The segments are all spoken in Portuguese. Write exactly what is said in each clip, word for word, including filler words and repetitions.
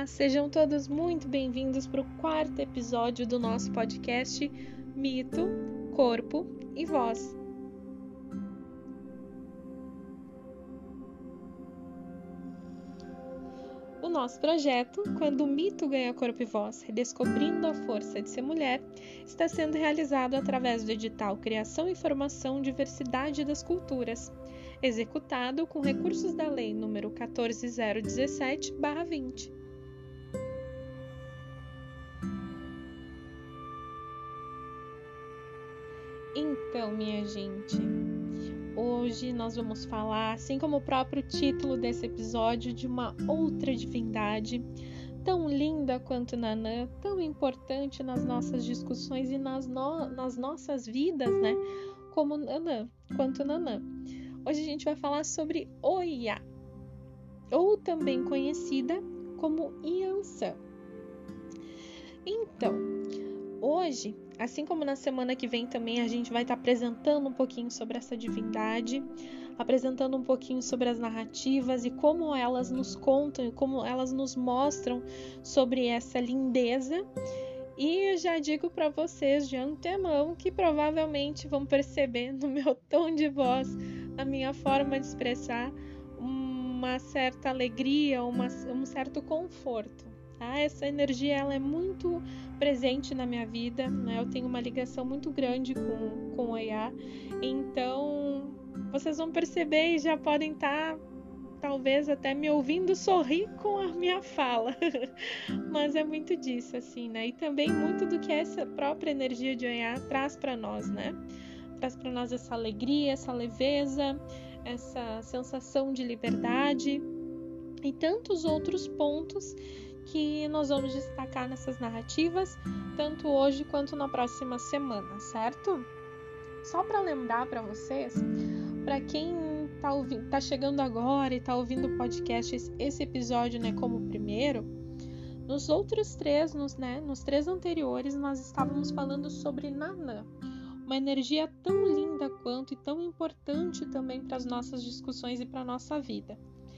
sejam todos muito bem-vindos para o quarto episódio do nosso podcast Mito, Corpo e Voz. O nosso projeto, Quando o Mito Ganha Corpo e Voz, Redescobrindo a Força de Ser Mulher, está sendo realizado através do edital Criação e Formação Diversidade das Culturas, executado com recursos da Lei número quatorze mil dezessete barra vinte. Então, minha gente, hoje nós vamos falar, assim como o próprio título desse episódio, de uma outra divindade tão linda quanto Nanã, tão importante nas nossas discussões e nas, no- nas nossas vidas, né? Como Nanã, quanto Nanã. Hoje a gente vai falar sobre Oiá, ou também conhecida como Iansã. Então, hoje, assim como na semana que vem também, a gente vai estar apresentando um pouquinho sobre essa divindade, apresentando um pouquinho sobre as narrativas e como elas nos contam e como elas nos mostram sobre essa lindeza. E eu já digo para vocês de antemão que provavelmente vão perceber no meu tom de voz, na minha forma de expressar, uma certa alegria, uma, um certo conforto. Tá? Essa energia ela é muito presente na minha vida, né? Eu tenho uma ligação muito grande com, com o Oiá, então vocês vão perceber e já podem estar, talvez até me ouvindo sorrir com a minha fala, mas é muito disso, assim, né? E também muito do que essa própria energia de Oiá traz para nós, né? Traz para nós essa alegria, essa leveza, essa sensação de liberdade e tantos outros pontos que nós vamos destacar nessas narrativas, tanto hoje quanto na próxima semana, certo? Só para lembrar para vocês, para quem tá, ouvi- tá chegando agora e tá ouvindo o podcast, esse, esse episódio, né, como o primeiro, nos outros três, nos, né, nos três anteriores, nós estávamos falando sobre Nanã, uma energia tão linda quanto e tão importante também para as nossas discussões e para a nossa vida.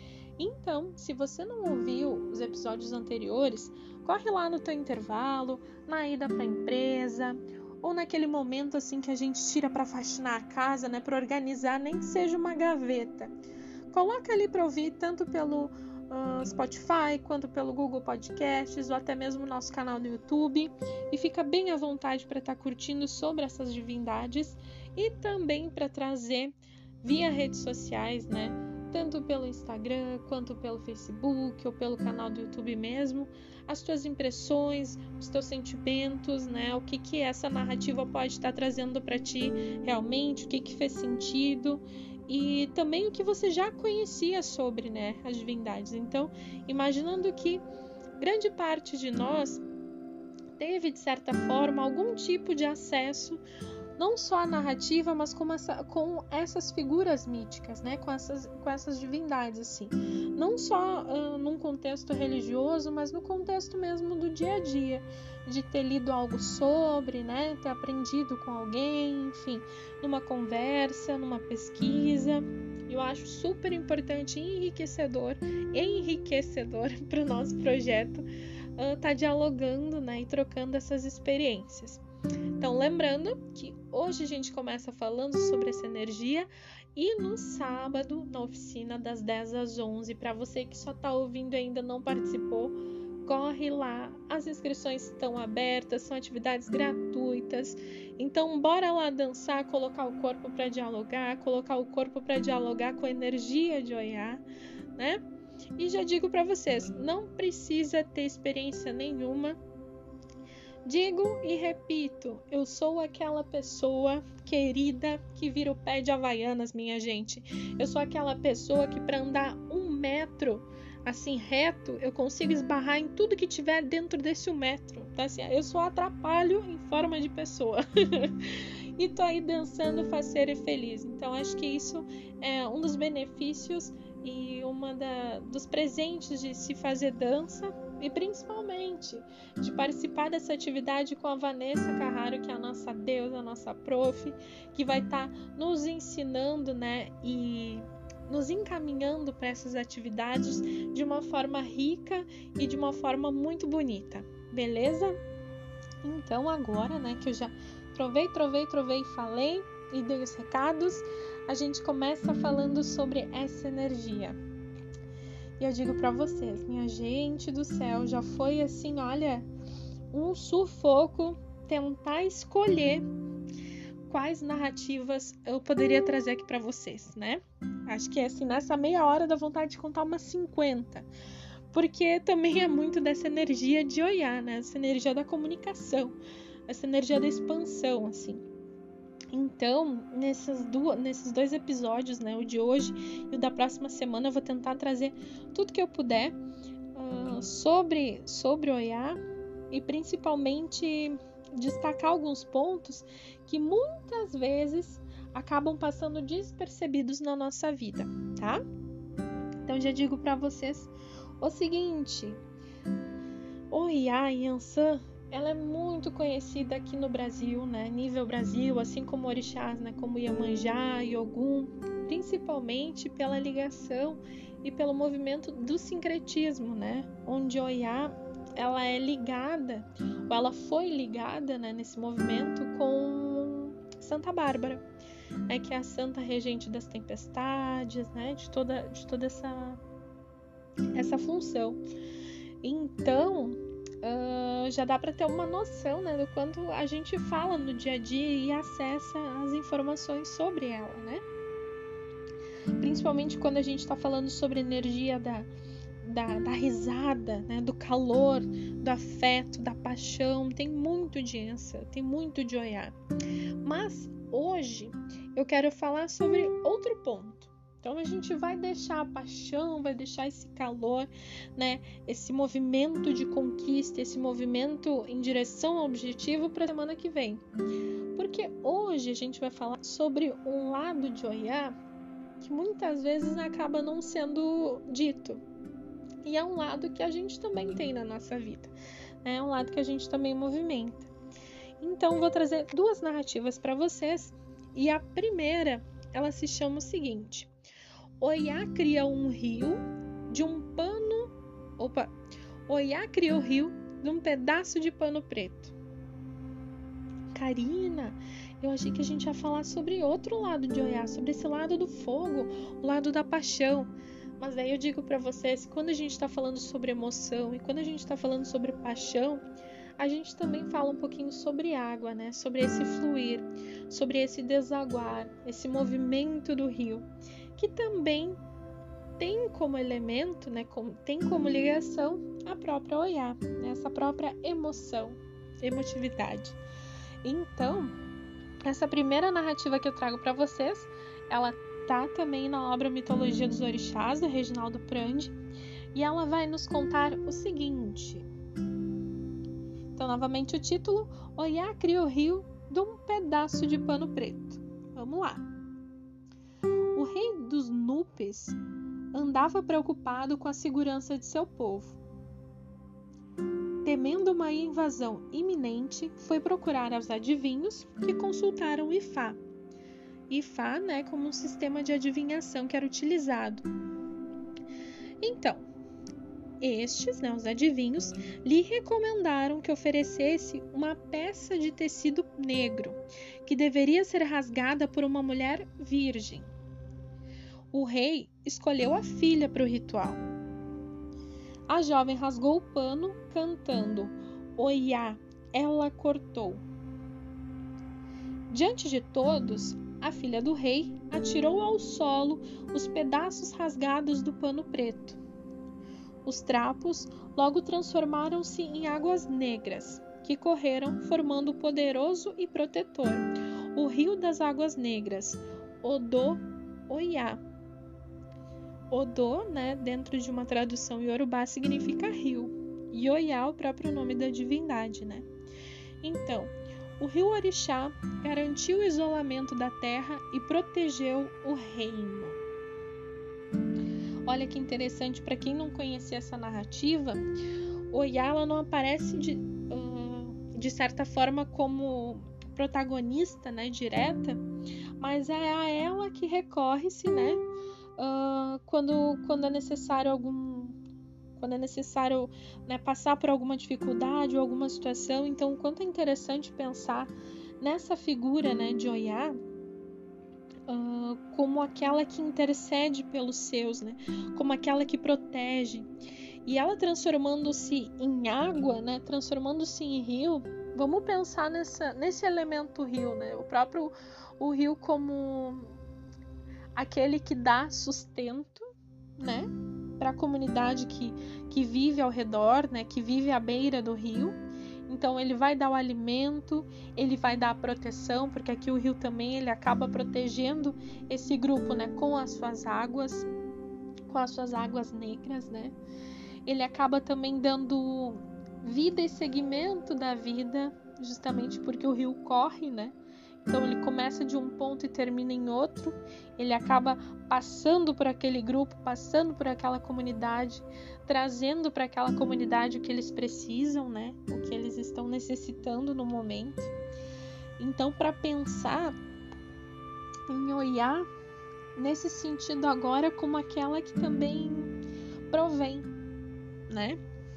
Então, se você não ouviu os episódios anteriores, corre lá no teu intervalo, na ida para a empresa, ou naquele momento assim que a gente tira para faxinar a casa, né, para organizar, nem que seja uma gaveta. Coloca ali para ouvir tanto pelo uh, Spotify, quanto pelo Google Podcasts, ou até mesmo no nosso canal no YouTube, e fica bem à vontade para estar curtindo sobre essas divindades e também para trazer via redes sociais, né, tanto pelo Instagram, quanto pelo Facebook, ou pelo canal do YouTube mesmo, as tuas impressões, os teus sentimentos, né? O que que essa narrativa pode estar trazendo para ti realmente, o que que fez sentido, e também o que você já conhecia sobre, né, as divindades. Então, imaginando que grande parte de nós teve, de certa forma, algum tipo de acesso não só a narrativa, mas com, essa, com essas figuras míticas, né? com, essas, com essas divindades, assim. Não só uh, num contexto religioso, mas no contexto mesmo do dia a dia, de ter lido algo sobre, né? Ter aprendido com alguém, enfim, numa conversa, numa pesquisa. Eu acho super importante e enriquecedor, enriquecedor para o nosso projeto estar uh, tá dialogando, né? E trocando essas experiências. Então, lembrando que hoje a gente começa falando sobre essa energia e no sábado, na oficina, das dez às onze, para você que só está ouvindo e ainda não participou, corre lá, as inscrições estão abertas, são atividades gratuitas, então bora lá dançar, colocar o corpo para dialogar, colocar o corpo para dialogar com a energia de Oiá, né? E já digo para vocês, não precisa ter experiência nenhuma. Digo e repito, eu sou aquela pessoa querida que vira o pé de Havaianas, minha gente. Eu sou aquela pessoa que para andar um metro, assim, reto, eu consigo esbarrar em tudo que tiver dentro desse um metro. Então, assim, eu só atrapalho em forma de pessoa. E tô aí dançando, faceira e feliz. Então, acho que isso é um dos benefícios e uma da, dos presentes de se fazer dança, e principalmente de participar dessa atividade com a Vanessa Carraro, que é a nossa deusa, a nossa prof, que vai estar tá nos ensinando, né, e nos encaminhando para essas atividades de uma forma rica e de uma forma muito bonita, beleza? Então agora, né, que eu já trovei, trovei, trovei, falei e dei os recados, a gente começa falando sobre essa energia. E eu digo para vocês, minha gente do céu, já foi assim, olha, um sufoco tentar escolher quais narrativas eu poderia trazer aqui para vocês, né? Acho que assim, nessa meia hora dá vontade de contar umas cinquenta, porque também é muito dessa energia de olhar, né? Essa energia da comunicação, essa energia da expansão, assim. Então, nessas duas, nesses dois episódios, né, o de hoje e o da próxima semana, eu vou tentar trazer tudo que eu puder uh, sobre, sobre Oiá e principalmente destacar alguns pontos que muitas vezes acabam passando despercebidos na nossa vida, tá? Então, já digo para vocês o seguinte, Oiá e Yansan, ela é muito conhecida aqui no Brasil, né? Nível Brasil, assim como orixás, né? Como Iemanjá e Ogum, principalmente pela ligação e pelo movimento do sincretismo, né? Onde Oiá, ela é ligada, ou ela foi ligada, né, nesse movimento com Santa Bárbara, né? Que é a santa regente das tempestades, né? De toda, de toda essa, essa função. Então, Uh, já dá para ter uma noção, né, do quanto a gente fala no dia a dia e acessa as informações sobre ela, né? Principalmente quando a gente está falando sobre energia da, da, da risada, né, do calor, do afeto, da paixão, tem muito de Yansan, tem muito de Oiá. Mas hoje eu quero falar sobre outro ponto. Então a gente vai deixar a paixão, vai deixar esse calor, né, esse movimento de conquista, esse movimento em direção ao objetivo para a semana que vem. Porque hoje a gente vai falar sobre um lado de Oiá que muitas vezes acaba não sendo dito. E é um lado que a gente também tem na nossa vida, né? É um lado que a gente também movimenta. Então vou trazer duas narrativas para vocês. E a primeira, ela se chama o seguinte: Oiá cria um rio de um pano... Opa! Oiá cria o rio de um pedaço de pano preto. Karina, eu achei que a gente ia falar sobre outro lado de Oiá, sobre esse lado do fogo, o lado da paixão. Mas aí eu digo para vocês, quando a gente está falando sobre emoção e quando a gente está falando sobre paixão, a gente também fala um pouquinho sobre água, né? Sobre esse fluir, sobre esse desaguar, esse movimento do rio, que também tem como elemento, né, como, tem como ligação a própria Oiá, né, essa própria emoção, emotividade. Então, essa primeira narrativa que eu trago para vocês, ela tá também na obra Mitologia dos Orixás, do Reginaldo Prandi, e ela vai nos contar o seguinte. Então, novamente o título, Oiá cria o rio de um pedaço de pano preto. Vamos lá. O rei dos Nupes andava preocupado com a segurança de seu povo. Temendo uma invasão iminente, foi procurar aos adivinhos que consultaram Ifá. Ifá, né, como um sistema de adivinhação que era utilizado. Então, estes, né, os adivinhos, lhe recomendaram que oferecesse uma peça de tecido negro, que deveria ser rasgada por uma mulher virgem. O rei escolheu a filha para o ritual. A jovem rasgou o pano, cantando Oiá, ela cortou. Diante de todos, a filha do rei atirou ao solo os pedaços rasgados do pano preto. Os trapos logo transformaram-se em águas negras, que correram formando o poderoso e protetor, o Rio das Águas Negras, Odô Oiá. Odô, né, dentro de uma tradução iorubá, significa rio, e Oiá, o próprio nome da divindade, né? Então, o rio Orixá garantiu o isolamento da terra e protegeu o reino. Olha que interessante, para quem não conhecia essa narrativa, Oiá, ela não aparece de, uh, de certa forma como protagonista, né, direta, mas é a ela que recorre-se, né, uh, quando, quando é necessário algum quando é necessário, né, passar por alguma dificuldade ou alguma situação. Então, o quanto é interessante pensar nessa figura, né, de Oiá, uh, como aquela que intercede pelos seus, né, como aquela que protege. E ela transformando-se em água, né, transformando-se em rio, vamos pensar nessa, nesse elemento rio, né, o próprio o rio como aquele que dá sustento, né, para a comunidade que, que vive ao redor, né, que vive à beira do rio. Então ele vai dar o alimento, ele vai dar a proteção, porque aqui o rio também ele acaba protegendo esse grupo, né, com as suas águas, com as suas águas negras, né. Ele acaba também dando vida e seguimento da vida, justamente porque o rio corre, né. Então ele começa de um ponto e termina em outro, ele acaba passando por aquele grupo, passando por aquela comunidade, trazendo para aquela comunidade o que eles precisam, né? O que eles estão necessitando no momento. Então, para pensar em Oiá, nesse sentido agora como aquela que também provém, né?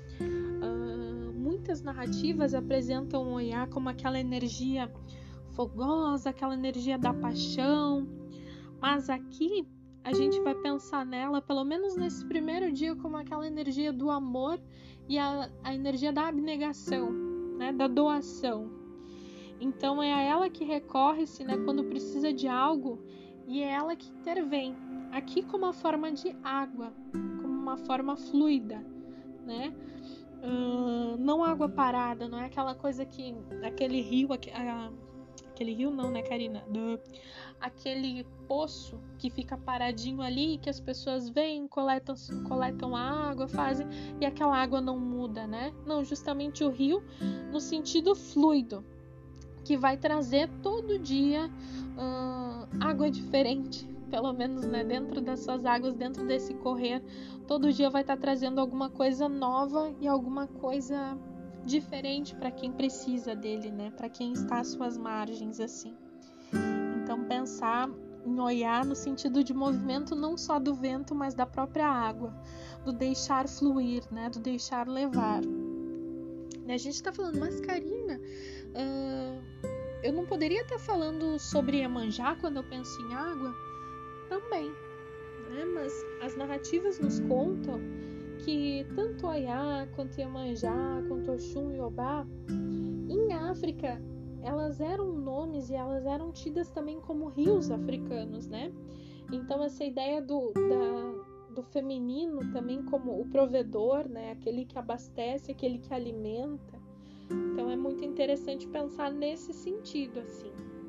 Uh, muitas narrativas apresentam Oiá como aquela energia fogosa, aquela energia da paixão, mas aqui a gente vai pensar nela, pelo menos nesse primeiro dia, como aquela energia do amor e a, a energia da abnegação, né, da doação. Então é a ela que recorre-se, né, quando precisa de algo, e é ela que intervém, aqui como uma forma de água, como uma forma fluida, né? Uh, não água parada, não é aquela coisa que aquele rio, a, aquele rio não, né, Karina? Do, aquele poço que fica paradinho ali, que as pessoas vêm, coletam, coletam a água, fazem, e aquela água não muda, né? Não, justamente o rio no sentido fluido, que vai trazer todo dia uh, água diferente, pelo menos, né, dentro das suas águas, dentro desse correr, todo dia vai estar trazendo alguma coisa nova e alguma coisa diferente para quem precisa dele, né? Para quem está às suas margens, assim. Então, pensar em Oiá no sentido de movimento não só do vento, mas da própria água, do deixar fluir, né? Do deixar levar. E a gente está falando, mas Karina, uh, eu não poderia estar falando sobre Iemanjá quando eu penso em água? Também, né? Mas as narrativas nos contam que tanto Oiá, quanto Iemanjá, quanto Oxum e Obá, em África, elas eram nomes e elas eram tidas também como rios africanos, né? Então essa ideia do, da, do feminino também como o provedor, né? Aquele que abastece, aquele que alimenta. Então é muito interessante pensar nesse sentido, assim.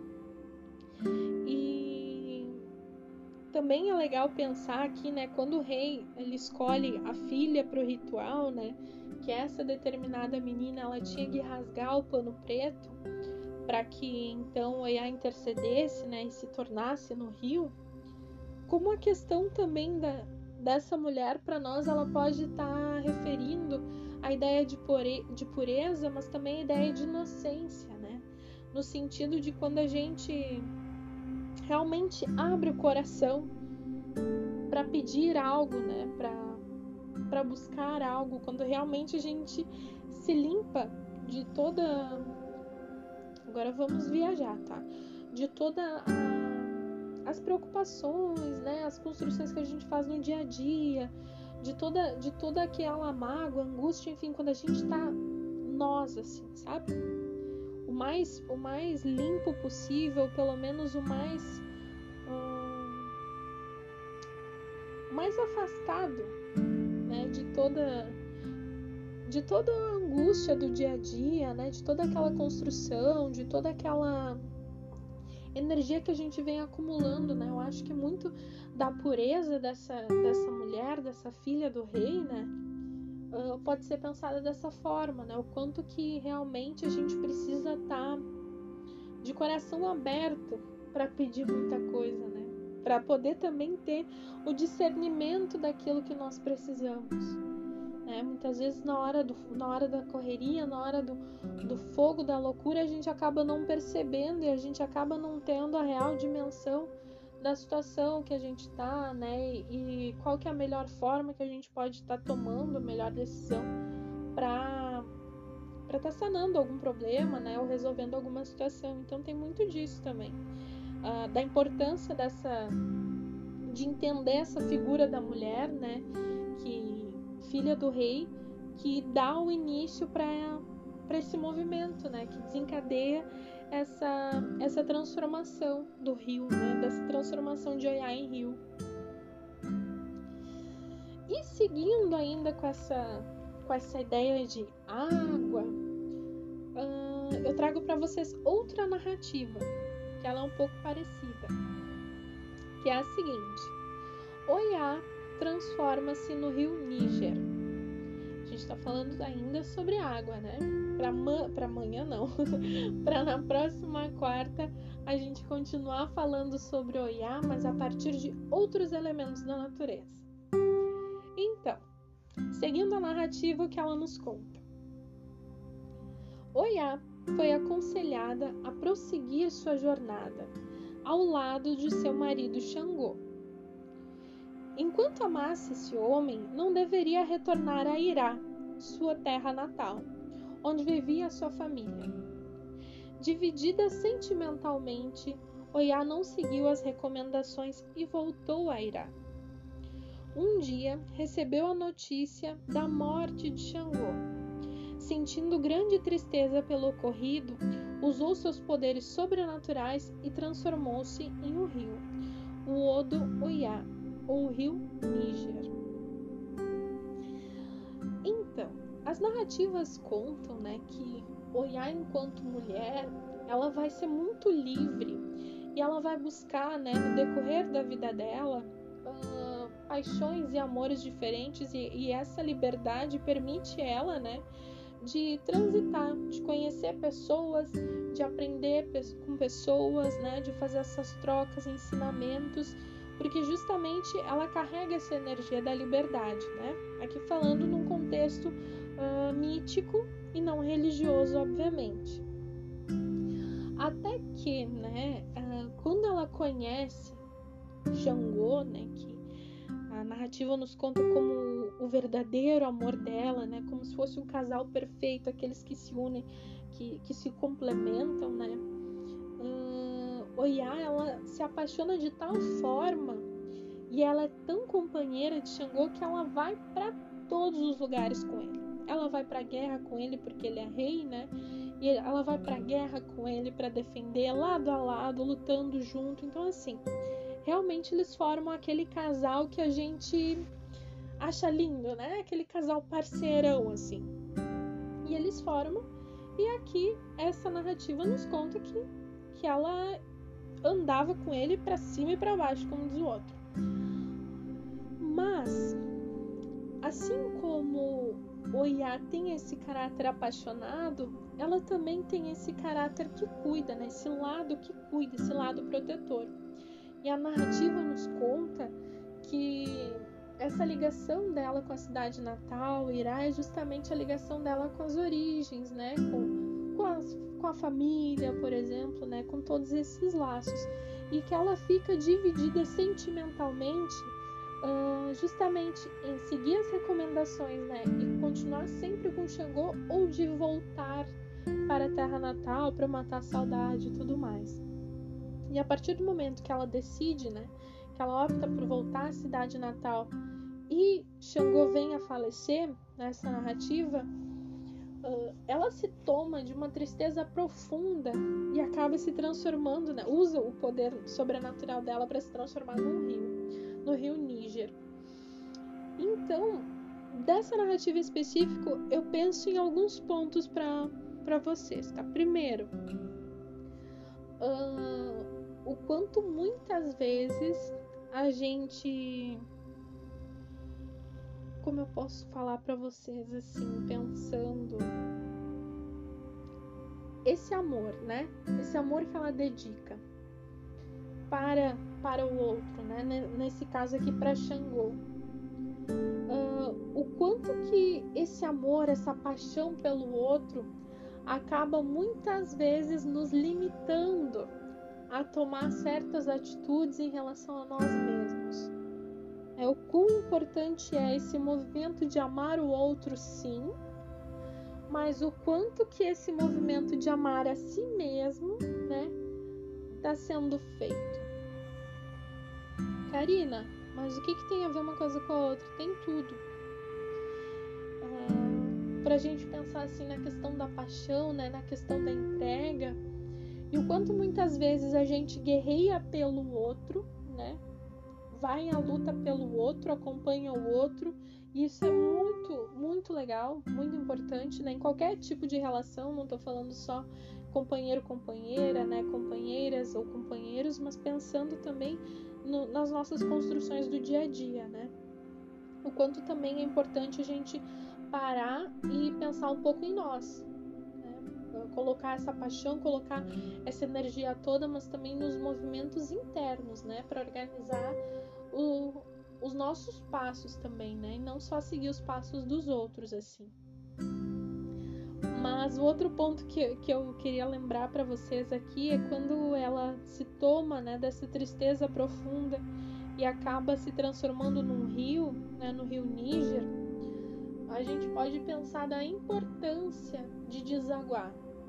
E também é legal pensar aqui, né, quando o rei ele escolhe a filha para o ritual, né, que essa determinada menina ela tinha que rasgar o pano preto para que então Oiá intercedesse, né, e se tornasse no rio. Como a questão também da, dessa mulher para nós ela pode estar tá referindo a ideia de, pure, de pureza, mas também a ideia de inocência, né, no sentido de quando a gente realmente abre o coração para pedir algo, né? Para buscar algo, quando realmente a gente se limpa de toda... Agora vamos viajar, tá? De toda a... as preocupações, né? As construções que a gente faz no dia a dia, de toda, de toda aquela mágoa, angústia, enfim, quando a gente tá nós, assim, sabe? O mais, o mais limpo possível, pelo menos o mais hum, mais afastado, né, de toda de toda a angústia do dia a dia, né, de toda aquela construção, de toda aquela energia que a gente vem acumulando, né? Eu acho que muito da pureza dessa, dessa mulher, dessa filha do rei, né, Uh, pode ser pensada dessa forma, né? O quanto que realmente a gente precisa estar de coração aberto para pedir muita coisa, né? Para poder também ter o discernimento daquilo que nós precisamos, né? Muitas vezes na hora, do, na hora da correria, na hora do, do fogo, da loucura, a gente acaba não percebendo e a gente acaba não tendo a real dimensão, da situação que a gente está, né? E, e qual que é a melhor forma que a gente pode estar tá tomando, a melhor decisão para para estar tá sanando algum problema, né? Ou resolvendo alguma situação. Então tem muito disso também, uh, da importância dessa, de entender essa figura da mulher, né? Que filha do rei, que dá o início para para esse movimento, né? Que desencadeia essa essa transformação do rio, né? Dessa transformação de Oiá em rio. E seguindo ainda com essa com essa ideia de água, uh, eu trago para vocês outra narrativa, que ela é um pouco parecida, que é a seguinte: Oiá transforma-se no rio Níger. A gente está falando ainda sobre água, né? Para ma- para amanhã não, para na próxima quarta a gente continuar falando sobre Oiá, mas a partir de outros elementos da natureza. Então, seguindo a narrativa que ela nos conta, Oiá foi aconselhada a prosseguir sua jornada ao lado de seu marido Xangô. Enquanto amasse esse homem, não deveria retornar a Irá, sua terra natal, onde vivia sua família. Dividida sentimentalmente, Oiá não seguiu as recomendações e voltou a Irá. Um dia, recebeu a notícia da morte de Xangô. Sentindo grande tristeza pelo ocorrido, usou seus poderes sobrenaturais e transformou-se em um rio, o Odo Oiá, ou rio Níger. Então, as narrativas contam, né, que Oiá, enquanto mulher, ela vai ser muito livre e ela vai buscar, né, no decorrer da vida dela, uh, paixões e amores diferentes, e, e essa liberdade permite ela, né, de transitar, de conhecer pessoas, de aprender com pessoas, né, de fazer essas trocas, ensinamentos, porque justamente ela carrega essa energia da liberdade, né? Aqui falando num contexto uh, mítico e não religioso, obviamente. Até que, né, uh, quando ela conhece Xangô, né, que a narrativa nos conta como o verdadeiro amor dela, né, como se fosse um casal perfeito, aqueles que se unem, que, que se complementam, né? Uh, Oiá, ela se apaixona de tal forma e ela é tão companheira de Xangô que ela vai para todos os lugares com ele. Ela vai para a guerra com ele porque ele é rei, né? E ela vai para a guerra com ele para defender lado a lado, lutando junto. Então, assim, realmente eles formam aquele casal que a gente acha lindo, né? Aquele casal parceirão, assim. E eles formam, e aqui essa narrativa nos conta que, que ela andava com ele para cima e para baixo, como diz o outro. Mas, assim como Oiá tem esse caráter apaixonado, ela também tem esse caráter que cuida, né? Esse lado que cuida, esse lado protetor. E a narrativa nos conta que essa ligação dela com a cidade natal, Irá, é justamente a ligação dela com as origens, né? Com, com, as, com a família, por exemplo, né? Com todos esses laços. E que ela fica dividida sentimentalmente uh, justamente em seguir as recomendações, né? E continuar sempre com Xangô, ou de voltar para a terra natal para matar a saudade e tudo mais. E a partir do momento que ela decide, né, que ela opta por voltar à cidade natal e Xangô vem a falecer nessa narrativa, uh, ela se toma de uma tristeza profunda e acaba se transformando, né, usa o poder sobrenatural dela para se transformar num rio, no rio Níger. Então, dessa narrativa específica, eu penso em alguns pontos para para vocês, tá? Primeiro, uh, o quanto muitas vezes a gente, como eu posso falar para vocês assim, pensando esse amor, né? Esse amor que ela dedica para para o outro, né? Nesse caso aqui para Xangô. Uh, o quanto que esse amor, essa paixão pelo outro acaba muitas vezes nos limitando a tomar certas atitudes em relação a nós mesmos. É o quão importante é esse movimento de amar o outro, sim, mas o quanto que esse movimento de amar a si mesmo, né, está sendo feito. Karina, mas o que, que tem a ver uma coisa com a outra? Tem tudo. Ah, pra gente pensar assim na questão da paixão, né, na questão da entrega, e o quanto muitas vezes a gente guerreia pelo outro, né, vai à luta pelo outro, acompanha o outro, e isso é muito, muito legal, muito importante, né, em qualquer tipo de relação, não tô falando só companheiro, companheira, né, companheiras ou companheiros, mas pensando também no, nas nossas construções do dia a dia, né, o quanto também é importante a gente parar e pensar um pouco em nós, né, colocar essa paixão, colocar essa energia toda, mas também nos movimentos internos, né, para organizar o, os nossos passos também, né, e não só seguir os passos dos outros, assim. Mas o outro ponto que, que eu queria lembrar para vocês aqui é quando ela se toma, né, dessa tristeza profunda e acaba se transformando num rio, né, no rio Níger, a gente pode pensar da importância de desaguar.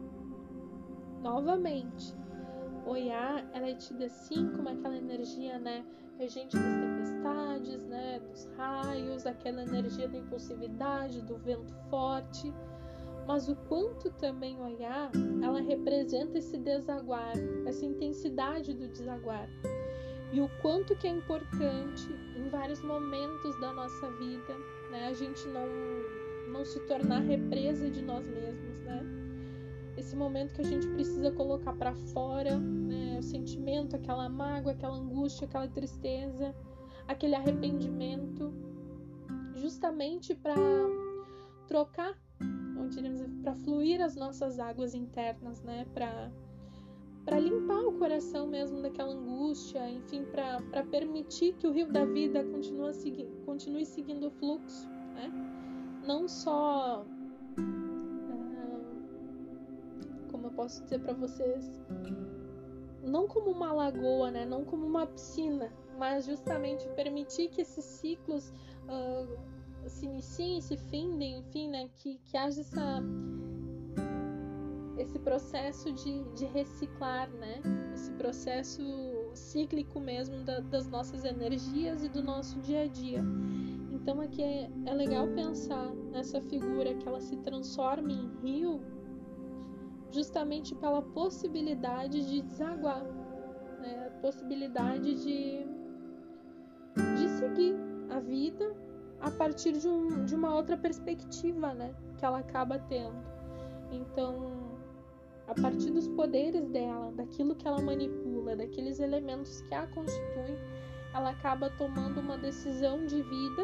Novamente, Oiá, ela é tida assim como aquela energia, né, regente das tempestades, né, dos raios, aquela energia da impulsividade, do vento forte. Mas o quanto também Oiá, ela representa esse desaguar, essa intensidade do desaguar. E o quanto que é importante em vários momentos da nossa vida, né, a gente não, não se tornar represa de nós mesmos, né? Esse momento que a gente precisa colocar para fora, né, o sentimento, aquela mágoa, aquela angústia, aquela tristeza, aquele arrependimento, justamente para trocar, para fluir as nossas águas internas, né, para para limpar o coração mesmo daquela angústia, enfim, para para permitir que o rio da vida continue, segui, continue seguindo o fluxo, né? Não só, ah, como eu posso dizer para vocês, não como uma lagoa, né? Não como uma piscina, mas justamente permitir que esses ciclos ah, se iniciem, se findem, enfim, né? Que, que haja essa... esse processo de, de reciclar, né? Esse processo cíclico mesmo da, das nossas energias e do nosso dia a dia. Então aqui é, é legal pensar nessa figura que ela se transforma em rio justamente pela possibilidade de desaguar, né? A possibilidade de, de seguir a vida a partir de, um, de uma outra perspectiva, né? Que ela acaba tendo. Então, a partir dos poderes dela, daquilo que ela manipula, daqueles elementos que a constituem, ela acaba tomando uma decisão de vida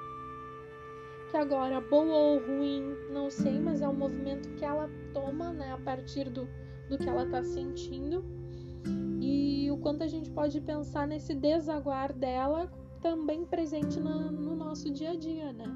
que agora, boa ou ruim, não sei, mas é um movimento que ela toma, né, a partir do, do que ela está sentindo, e o quanto a gente pode pensar nesse desaguar dela também presente na, no nosso dia a dia, né?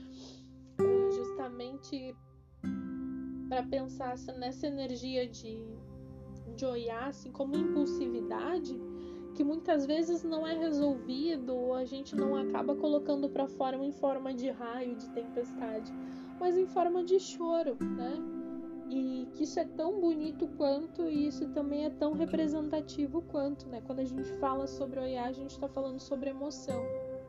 Justamente para pensar nessa energia de, de Oiá, assim, como impulsividade, que muitas vezes não é resolvido, ou a gente não acaba colocando para fora em forma de raio, de tempestade, mas em forma de choro, né? E que isso é tão bonito quanto, e isso também é tão representativo quanto, né? Quando a gente fala sobre Oiá, a gente está falando sobre emoção.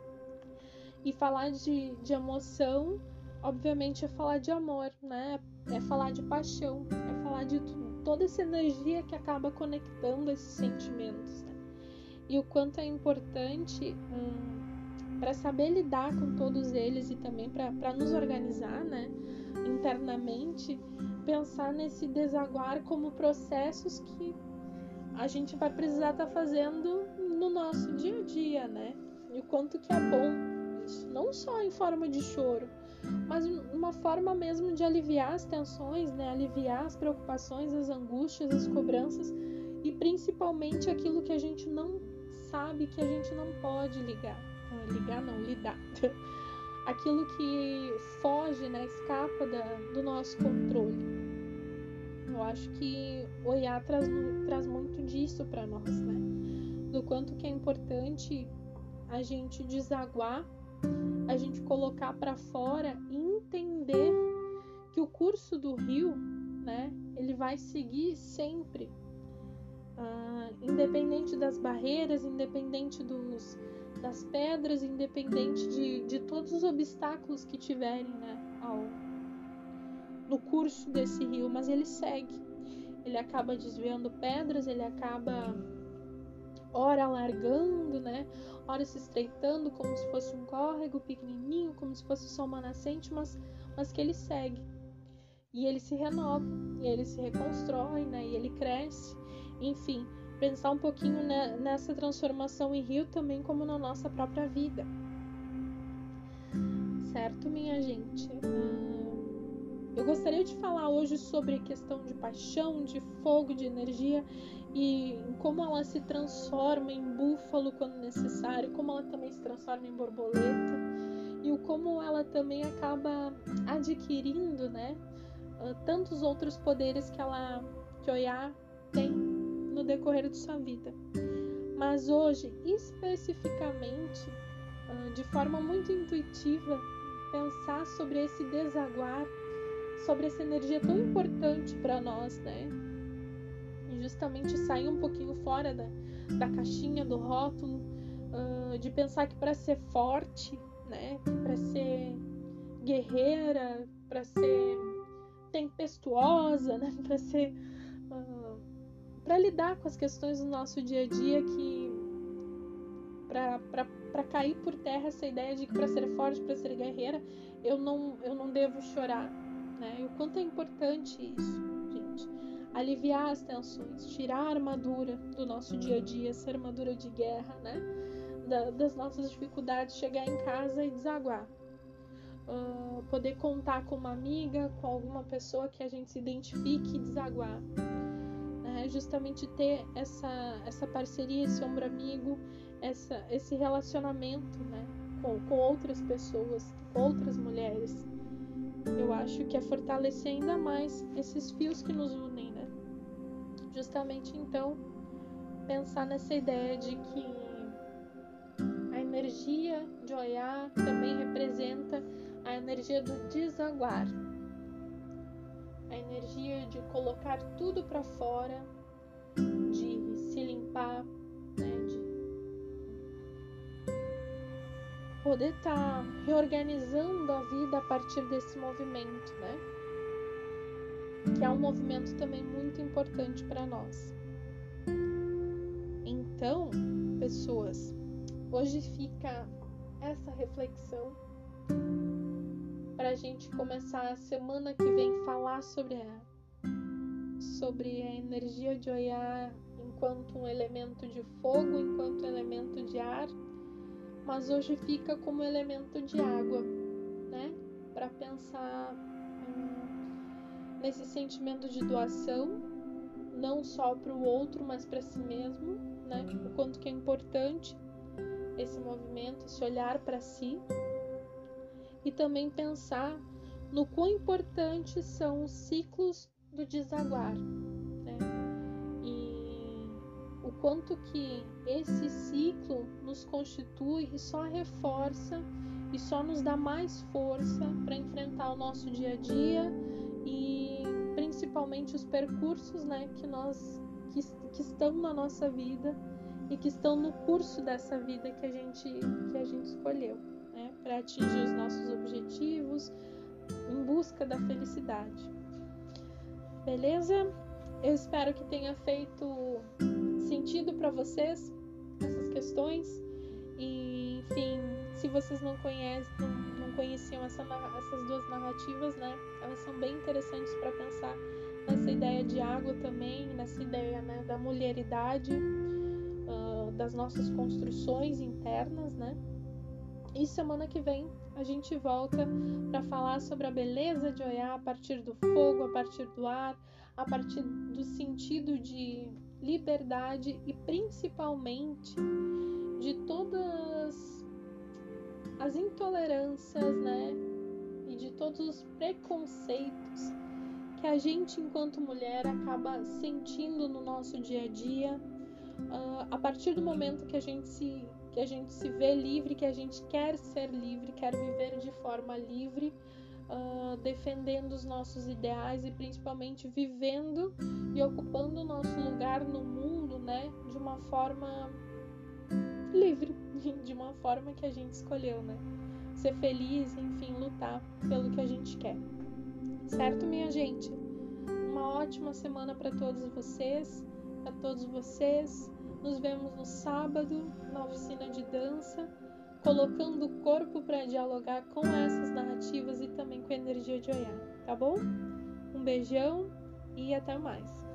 E falar de, de emoção, obviamente, é falar de amor, né? É falar de paixão, é falar de tudo, toda essa energia que acaba conectando esses sentimentos, né? E o quanto é importante hum, para saber lidar com todos eles e também para nos organizar, né, internamente, pensar nesse desaguar como processos que a gente vai precisar estar tá fazendo no nosso dia a dia, né? E o quanto que é bom isso, não só em forma de choro, mas uma forma mesmo de aliviar as tensões, né? Aliviar as preocupações, as angústias, as cobranças e principalmente aquilo que a gente não sabe, que a gente não pode ligar, ligar não, lidar, aquilo que foge, né? Escapa da, do nosso controle. eu acho que Oiá traz, traz muito disso para nós, né? Do quanto que é importante a gente desaguar, a gente colocar para fora e entender que o curso do rio, né, ele vai seguir sempre, ah, independente das barreiras, independente dos, das pedras, independente de, de todos os obstáculos que tiverem, né, ao, no curso desse rio, mas ele segue. Ele acaba desviando pedras, ele acaba ora largando, né, ora se estreitando como se fosse um córrego pequenininho, como se fosse só uma nascente, mas, mas que ele segue. E ele se renova, e ele se reconstrói, né, e ele cresce. Enfim, pensar um pouquinho nessa transformação em rio também como na nossa própria vida. Certo, minha gente? Eu gostaria de falar hoje sobre a questão de paixão, de fogo, de energia e como ela se transforma em búfalo quando necessário, como ela também se transforma em borboleta e o como ela também acaba adquirindo, né, tantos outros poderes que ela, que Oiá tem no decorrer de sua vida. Mas hoje, especificamente, de forma muito intuitiva, pensar sobre esse desaguar, sobre essa energia tão importante para nós, né? E justamente sair um pouquinho fora da, da caixinha, do rótulo, uh, de pensar que para ser forte, né? Para ser guerreira, para ser tempestuosa, né? Para ser, uh, para lidar com as questões do nosso dia a dia, que para cair por terra essa ideia de que para ser forte, para ser guerreira, eu não, eu não devo chorar. Né? E o quanto é importante isso, gente. Aliviar as tensões, tirar a armadura do nosso dia a dia, essa armadura de guerra, né? Da, das nossas dificuldades, chegar em casa e desaguar. Uh, poder contar com uma amiga, com alguma pessoa que a gente se identifique e desaguar. Né? Justamente ter essa, essa parceria, esse ombro amigo, essa, esse relacionamento, né? com, com outras pessoas, com outras mulheres. Eu acho que é fortalecer ainda mais esses fios que nos unem, né? Justamente, então, pensar nessa ideia de que a energia de Oiá também representa a energia do desaguar. A energia de colocar tudo para fora, de se limpar, né? De poder estar tá reorganizando a vida a partir desse movimento, né? Que é um movimento também muito importante para nós. Então, pessoas, hoje fica essa reflexão para a gente começar a semana que vem falar sobre a, sobre a energia de Oiá enquanto um elemento de fogo, enquanto elemento de ar, mas hoje fica como elemento de água, né? Para pensar hum, nesse sentimento de doação, não só para o outro, mas para si mesmo, né? O quanto que é importante esse movimento, esse olhar para si, e também pensar no quão importantes são os ciclos do desaguar, né? E o quanto que esse ciclo nos constitui e só reforça e só nos dá mais força para enfrentar o nosso dia a dia e principalmente os percursos, né, que, nós, que, que estão na nossa vida e que estão no curso dessa vida que a gente, que a gente escolheu, né, para atingir os nossos objetivos em busca da felicidade. Beleza? Eu espero que tenha feito sentido para vocês essas questões e, enfim, se vocês não conhecem, não, não conheciam essa, essas duas narrativas, né, elas são bem interessantes para pensar nessa ideia de água também, nessa ideia, né, da mulheridade, uh, das nossas construções internas, né. E semana que vem a gente volta para falar sobre a beleza de Oiá a partir do fogo, a partir do ar, a partir do sentido de liberdade e principalmente de todas as intolerâncias, né, e de todos os preconceitos que a gente, enquanto mulher, acaba sentindo no nosso dia a dia, uh, a partir do momento que a gente se, que a gente se vê livre, que a gente quer ser livre, quer viver de forma livre, Uh, defendendo os nossos ideais e principalmente vivendo e ocupando o nosso lugar no mundo, né, de uma forma livre, de uma forma que a gente escolheu, né, ser feliz, enfim, lutar pelo que a gente quer, certo, minha gente? Uma ótima semana para todos vocês, para todos vocês. Nos vemos no sábado na oficina de dança, colocando o corpo para dialogar com essas narrativas e também com a energia de olhar, tá bom? Um beijão e até mais!